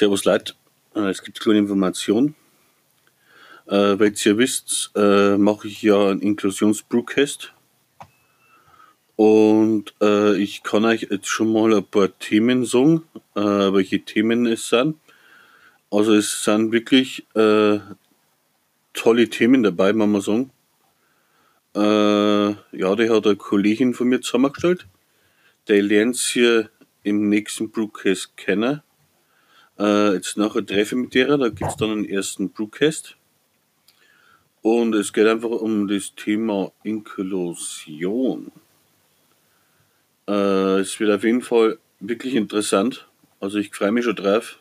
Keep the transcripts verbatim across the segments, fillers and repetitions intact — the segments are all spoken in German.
Servus Leute, äh, es gibt eine kleine Information. Äh, weil ihr wisst, äh, mache ich ja einen Inklusions-Brewcast. Und äh, ich kann euch jetzt schon mal ein paar Themen sagen, äh, welche Themen es sind. Also es sind wirklich äh, tolle Themen dabei, muss man sagen. Äh, ja, die hat eine Kollegin von mir zusammengestellt. Der lernt sie im nächsten Brewcast kennen. Äh, jetzt nachher treffe ich mit der, da gibt es dann einen ersten Brewcast. Und es geht einfach um das Thema Inklusion. Äh, es wird auf jeden Fall wirklich interessant. Also ich freue mich schon drauf.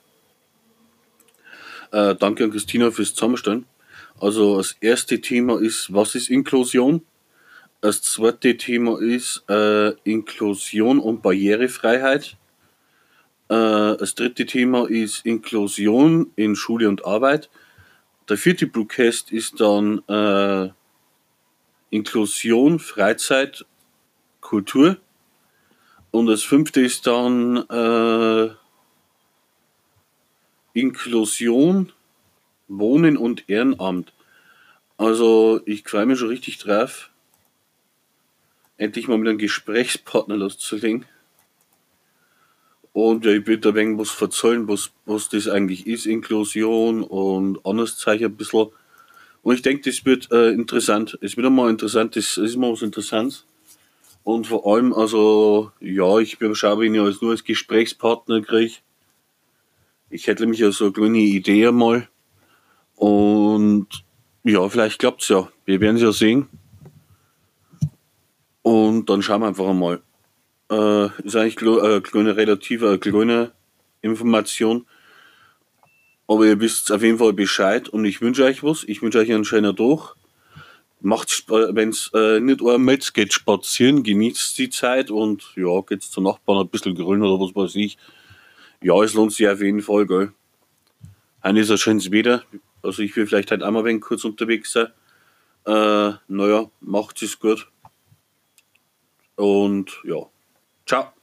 Äh, danke an Christina fürs Zusammenstellen. Also das erste Thema ist, was ist Inklusion? Das zweite Thema ist äh, Inklusion und Barrierefreiheit. Äh, das dritte Thema ist Inklusion in Schule und Arbeit. Der vierte Brewcast ist dann äh, Inklusion, Freizeit, Kultur. Und das fünfte ist dann äh, Inklusion, Wohnen und Ehrenamt. Also ich freue mich schon richtig drauf, endlich mal mit einem Gesprächspartner loszulegen. Und ja, ich will da ein wenig was erzählen, was, was das eigentlich ist, Inklusion und anderes Zeichen ein bisschen. Und ich denke, das wird äh, interessant. Es wird einmal interessant, das ist mal was Interessantes. Und vor allem, also, ja, ich schaue, wenn ich als nur als Gesprächspartner kriege. Ich hätte nämlich ja so eine kleine Idee einmal. Und ja, vielleicht klappt es ja. Wir werden es ja sehen. Und dann schauen wir einfach einmal. Äh, ist eigentlich eine kleine, relativ eine kleine Information. Aber ihr wisst auf jeden Fall Bescheid und ich wünsche euch was. Ich wünsche euch einen schönen Tag. Macht, wenn es äh, nicht einmal geht spazieren, genießt die Zeit und ja, geht zur Nachbarn ein bisschen grillen oder was weiß ich. Ja, es lohnt sich auf jeden Fall, gell. Heute ist ein schönes Wetter. Also ich will vielleicht heute einmal ein wenig kurz unterwegs sein. Äh, naja, macht es gut. Und ja, ciao.